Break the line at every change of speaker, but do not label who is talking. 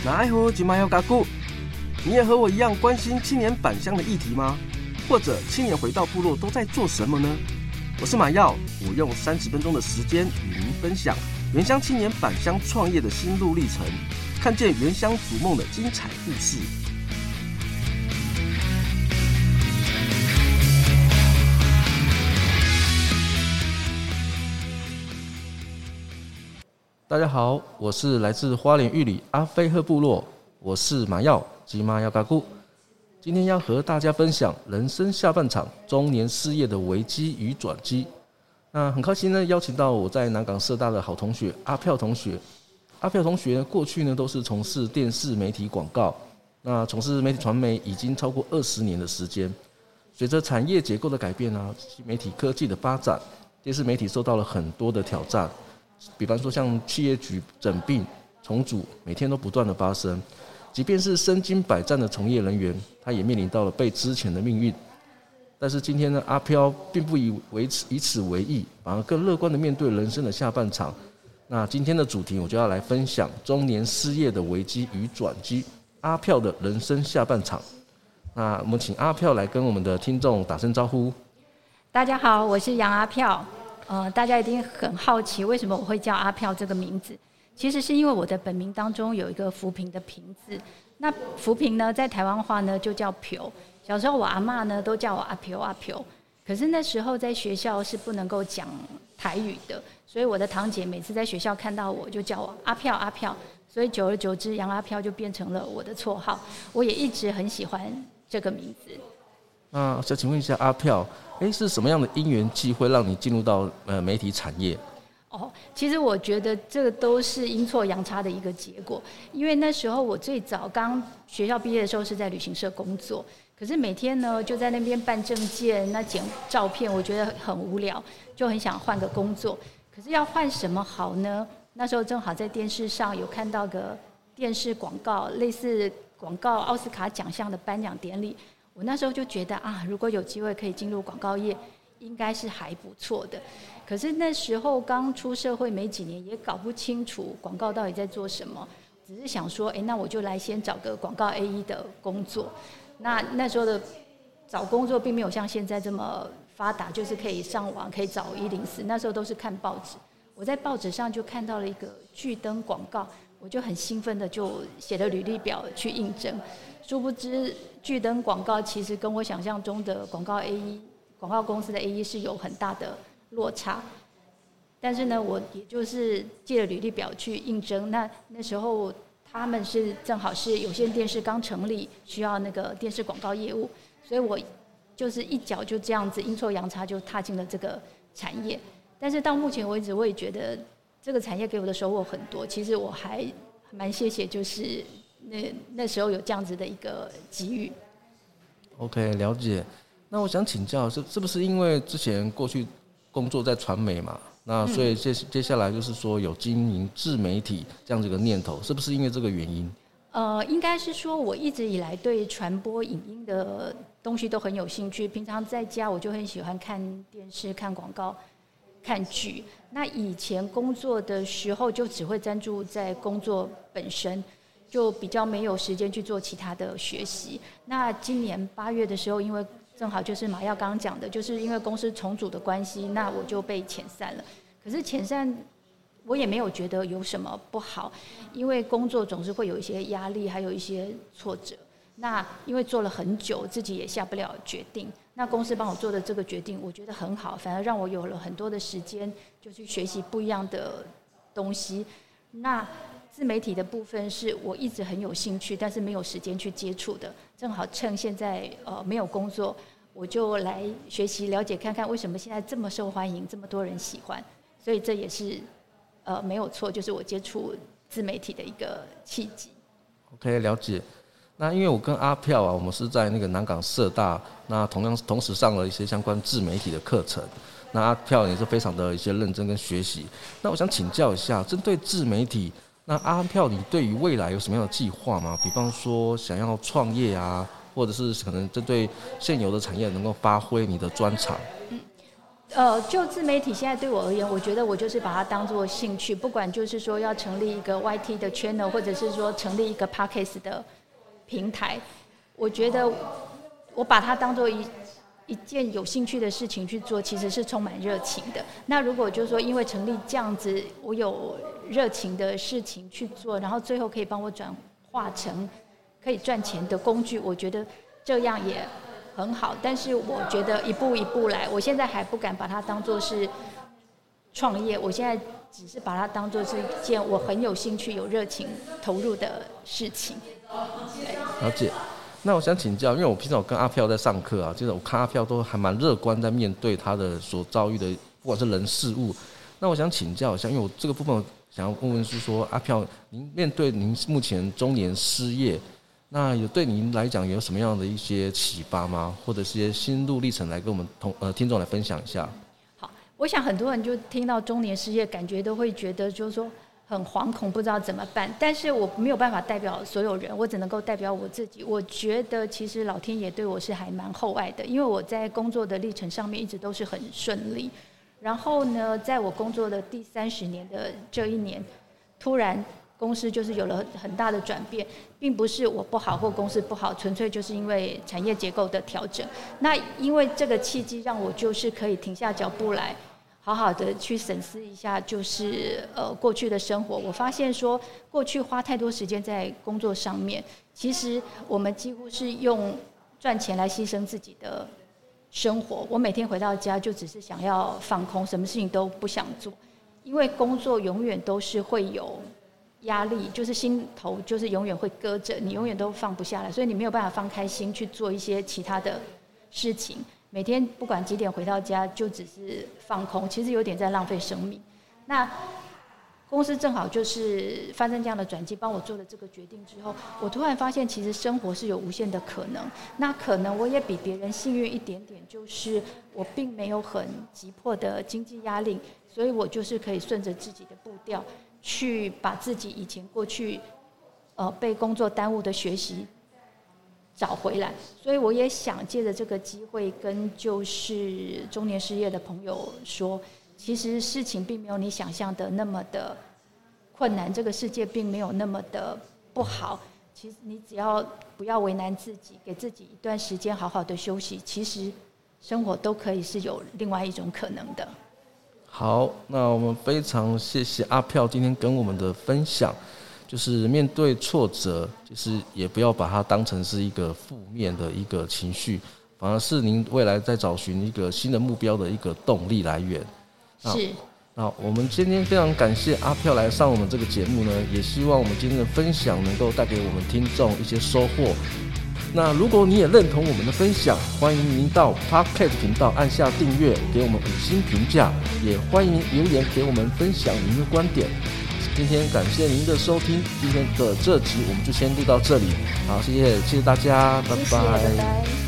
奈何吉玛要嘎古，你也和我一样关心青年返乡的议题吗？或者青年回到部落都在做什么呢？我是马耀，我用30分钟的时间与您分享原乡青年返乡创业的心路历程，看见原乡逐梦的精彩故事。大家好，我是来自花莲玉里阿飞鹤部落，我是马耀吉玛要嘎古。今天要和大家分享人生下半场中年失业的危机与转机。那很开心呢，邀请到我在南港社大的好同学阿票同学。阿票同学过去呢都是从事电视媒体广告，那从事媒体传媒已经超过20年的时间。随着产业结构的改变啊，新媒体科技的发展，电视媒体受到了很多的挑战。比方说像企业局整并重组，每天都不断的发生。即便是身经百战的从业人员，他也面临到了被资遣的命运。但是今天呢，阿飘并不以此为意，反而更乐观的面对人生的下半场。那今天的主题我就要来分享中年失业的危机与转机，阿飘的人生下半场。那我们请阿飘来跟我们的听众打声招呼。
大家好，我是杨阿飘。大家一定很好奇为什么我会叫阿飘这个名字，其实是因为我的本名当中有一个浮萍的萍字。那浮萍呢，在台湾话呢就叫飘。小时候我阿嬷呢都叫我阿飘阿飘，可是那时候在学校是不能够讲台语的，所以我的堂姐每次在学校看到我就叫我阿飘阿飘，所以久而久之杨阿飘就变成了我的绰号。我也一直很喜欢这个名字。
那想请问一下阿飘，是什么样的因缘际会让你进入到媒体产业？
其实我觉得这个都是阴错阳差的一个结果。因为那时候我最早刚学校毕业的时候是在旅行社工作，可是每天呢就在那边办证件、那剪照片，我觉得很无聊，就很想换个工作。可是要换什么好呢？那时候正好在电视上有看到个电视广告，类似广告奥斯卡奖项的颁奖典礼。我那时候就觉得如果有机会可以进入广告业，应该是还不错的。可是那时候刚出社会没几年，也搞不清楚广告到底在做什么，只是想说，那我就来先找个广告 AE 的工作。那时候的找工作并没有像现在这么发达，就是可以上网可以找104，那时候都是看报纸。我在报纸上就看到了一个巨灯广告，我就很兴奋的就写了履历表去应征。殊不知巨灯广告其实跟我想象中的广告 AE 广告公司的 AE 是有很大的落差。但是呢，我也就是寄了履历表去应征。那时候他们是正好是有线电视刚成立，需要那个电视广告业务，所以我就是一脚就这样子阴错阳差就踏进了这个产业。但是到目前为止，我也觉得这个产业给我的收获很多。其实我还蛮谢谢，就是那时候有这样子的一个机遇。
OK， 了解。那我想请教，是不是因为之前过去工作在传媒嘛，那所以接下来就是说有经营自媒体这样子一个念头，是不是因为这个原因？
应该是说我一直以来对传播影音的东西都很有兴趣。平常在家我就很喜欢看电视、看广告、看剧。那以前工作的时候就只会专注在工作本身，就比较没有时间去做其他的学习。那今年8月的时候，因为正好就是马耀刚刚讲的，就是因为公司重组的关系，那我就被遣散了。可是遣散我也没有觉得有什么不好，因为工作总是会有一些压力，还有一些挫折。那因为做了很久，自己也下不了决定。那公司帮我做的这个决定，我觉得很好，反而让我有了很多的时间，就去学习不一样的东西。那自媒体的部分是我一直很有兴趣，但是没有时间去接触的。正好趁现在没有工作，我就来学习了解看看为什么现在这么受欢迎，这么多人喜欢。所以这也是没有错，就是我接触自媒体的一个契机。
OK， 了解。那因为我跟阿票我们是在那个南港社大，那同时上了一些相关自媒体的课程。那阿票也是非常的一些认真跟学习。那我想请教一下，针对自媒体，那阿票你对于未来有什么样的计划吗？比方说想要创业啊，或者是可能针对现有的产业能够发挥你的专长？
就自媒体现在对我而言，我觉得我就是把它当作兴趣，不管就是说要成立一个 YT 的 channel， 或者是说成立一个 Podcast 的平台，我觉得我把它当作一件有兴趣的事情去做，其实是充满热情的。那如果就是说因为成立这样子我有热情的事情去做，然后最后可以帮我转化成可以赚钱的工具，我觉得这样也很好。但是我觉得一步一步来，我现在还不敢把它当作是创业，我现在只是把它当作是一件我很有兴趣有热情投入的事情。
了解。那我想请教，因为我平常有跟阿飘在上课啊，就是我看阿飘都还蛮乐观在面对他的所遭遇的不管是人事物。那我想请教一下，因为我这个部分想要问是说，阿飘您面对您目前中年失业，那有对您来讲有什么样的一些启发吗？或者是一些心路历程来跟我们听众来分享一下？
好，我想很多人就听到中年失业，感觉都会觉得就是说很惶恐，不知道怎么办。但是我没有办法代表所有人，我只能够代表我自己。我觉得其实老天爷对我是还蛮厚爱的，因为我在工作的历程上面一直都是很顺利。然后呢，在我工作的第30年的这一年，突然公司就是有了很大的转变，并不是我不好或公司不好，纯粹就是因为产业结构的调整。那因为这个契机，让我就是可以停下脚步来，好好的去审视一下，就是过去的生活。我发现说，过去花太多时间在工作上面，其实我们几乎是用赚钱来牺牲自己的生活。我每天回到家就只是想要放空，什么事情都不想做，因为工作永远都是会有压力，就是心头就是永远会搁着，你永远都放不下来，所以你没有办法放开心去做一些其他的事情。每天不管几点回到家就只是放空，其实有点在浪费生命。那公司正好就是发生这样的转机，帮我做了这个决定之后，我突然发现其实生活是有无限的可能。那可能我也比别人幸运一点点，就是我并没有很急迫的经济压力，所以我就是可以顺着自己的步调去把自己以前过去被工作耽误的学习找回来。所以我也想借着这个机会跟就是中年失业的朋友说，其实事情并没有你想象的那么的困难，这个世界并没有那么的不好。其实你只要不要为难自己，给自己一段时间好好的休息，其实生活都可以是有另外一种可能的。
好，那我们非常谢谢阿飘今天跟我们的分享。就是面对挫折，就是也不要把它当成是一个负面的一个情绪，反而是您未来在找寻一个新的目标的一个动力来源。
是。
那我们今天非常感谢阿飘来上我们这个节目呢，也希望我们今天的分享能够带给我们听众一些收获。那如果你也认同我们的分享，欢迎您到 Podcast 频道按下订阅，给我们5星评价，也欢迎留言给我们分享您的观点。今天感谢您的收听，今天的这集我们就先录到这里。好，谢谢大家，拜拜。
谢谢，拜拜。